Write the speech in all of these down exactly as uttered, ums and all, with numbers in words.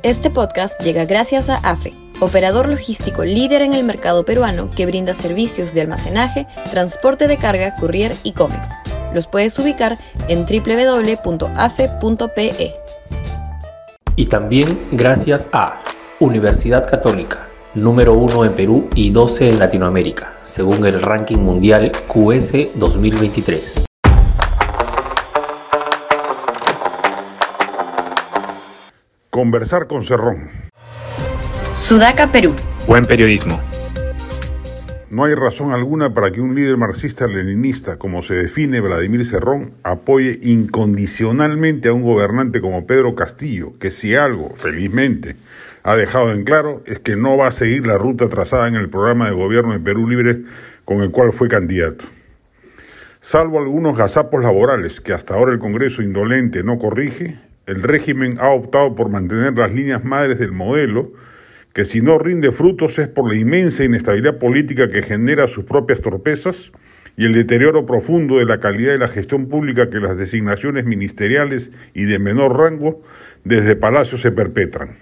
Este podcast llega gracias a AFE, operador logístico líder en el mercado peruano que brinda servicios de almacenaje, transporte de carga, courier y cómics. Los puedes ubicar en doble u doble u doble u punto a f e punto p e. Y también gracias a Universidad Católica, número uno en Perú y doce en Latinoamérica, según el ranking mundial Q S dos mil veintitrés. Conversar con Cerrón. Sudaca, Perú. Buen periodismo. No hay razón alguna para que un líder marxista-leninista, como se define Vladimir Cerrón, apoye incondicionalmente a un gobernante como Pedro Castillo, que si algo, felizmente, ha dejado en claro es que no va a seguir la ruta trazada en el programa de gobierno de Perú Libre con el cual fue candidato. Salvo algunos gazapos laborales que hasta ahora el Congreso indolente no corrige, el régimen ha optado por mantener las líneas madres del modelo, que si no rinde frutos es por la inmensa inestabilidad política que genera sus propias torpezas y el deterioro profundo de la calidad de la gestión pública que las designaciones ministeriales y de menor rango desde Palacio se perpetran.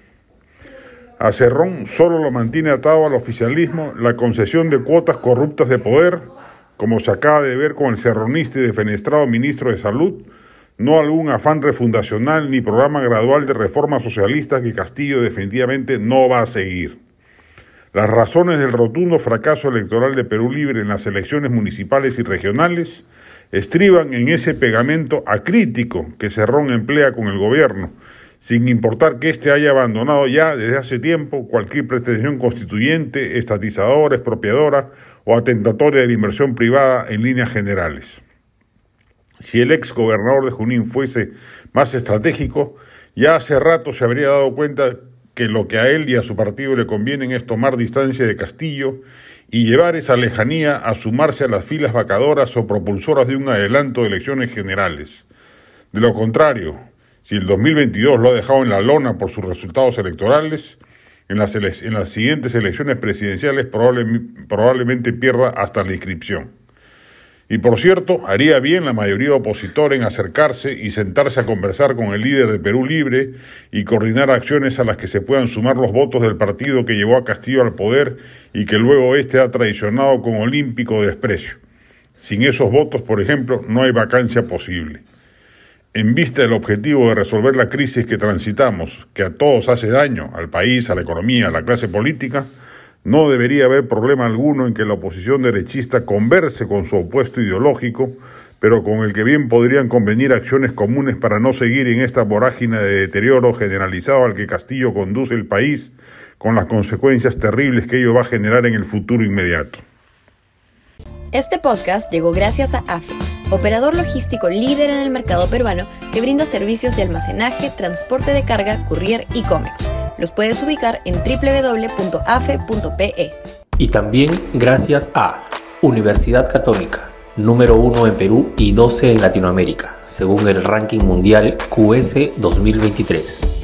A Cerrón solo lo mantiene atado al oficialismo la concesión de cuotas corruptas de poder, como se acaba de ver con el cerronista y defenestrado ministro de Salud, no algún afán refundacional ni programa gradual de reforma socialista que Castillo definitivamente no va a seguir. Las razones del rotundo fracaso electoral de Perú Libre en las elecciones municipales y regionales estriban en ese pegamento acrítico que Cerrón emplea con el gobierno, sin importar que éste haya abandonado ya desde hace tiempo cualquier pretensión constituyente, estatizadora, expropiadora o atentatoria de la inversión privada en líneas generales. Si el ex gobernador de Junín fuese más estratégico, ya hace rato se habría dado cuenta que lo que a él y a su partido le conviene es tomar distancia de Castillo y llevar esa lejanía a sumarse a las filas vacadoras o propulsoras de un adelanto de elecciones generales. De lo contrario, si el dos mil veintidós lo ha dejado en la lona por sus resultados electorales, en las, ele- en las siguientes elecciones presidenciales probable- probablemente pierda hasta la inscripción. Y por cierto, haría bien la mayoría opositora en acercarse y sentarse a conversar con el líder de Perú Libre y coordinar acciones a las que se puedan sumar los votos del partido que llevó a Castillo al poder y que luego éste ha traicionado con olímpico desprecio. Sin esos votos, por ejemplo, no hay vacancia posible. En vista del objetivo de resolver la crisis que transitamos, que a todos hace daño, al país, a la economía, a la clase política, no debería haber problema alguno en que la oposición derechista converse con su opuesto ideológico, pero con el que bien podrían convenir acciones comunes para no seguir en esta vorágine de deterioro generalizado al que Castillo conduce el país, con las consecuencias terribles que ello va a generar en el futuro inmediato. Este podcast llegó gracias a AFE, operador logístico líder en el mercado peruano que brinda servicios de almacenaje, transporte de carga, courier y cómics. Los puedes ubicar en doble u doble u doble u punto a f e punto p e. Y también gracias a Universidad Católica, número uno en Perú y doce en Latinoamérica, según el ranking mundial Q S dos mil veintitrés.